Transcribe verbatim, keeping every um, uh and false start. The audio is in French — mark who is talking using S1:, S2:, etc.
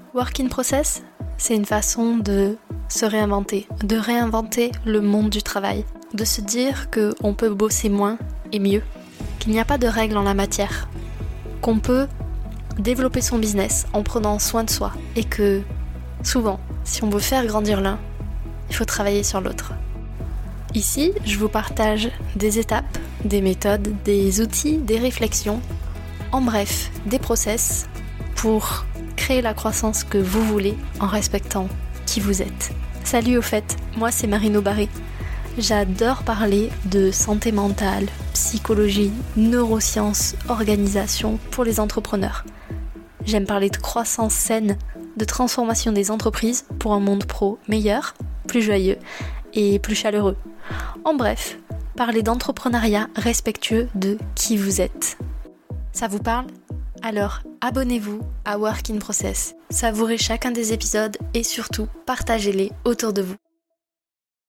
S1: Work in process, c'est une façon de se réinventer, de réinventer le monde du travail, de se dire qu'on peut bosser moins et mieux, qu'il n'y a pas de règles en la matière, qu'on peut développer son business en prenant soin de soi et que, souvent, si on veut faire grandir l'un, il faut travailler sur l'autre. Ici, je vous partage des étapes, des méthodes, des outils, des réflexions, en bref, des process pour créer la croissance que vous voulez en respectant qui vous êtes. Salut au fait, moi c'est Marino Barré. J'adore parler de santé mentale, psychologie, neurosciences, organisation pour les entrepreneurs. J'aime parler de croissance saine, de transformation des entreprises pour un monde pro meilleur, plus joyeux et plus chaleureux. En bref, parler d'entrepreneuriat respectueux de qui vous êtes. Ça vous parle ? Alors, abonnez-vous à Work in Process. Savourez chacun des épisodes et surtout, partagez-les autour de vous.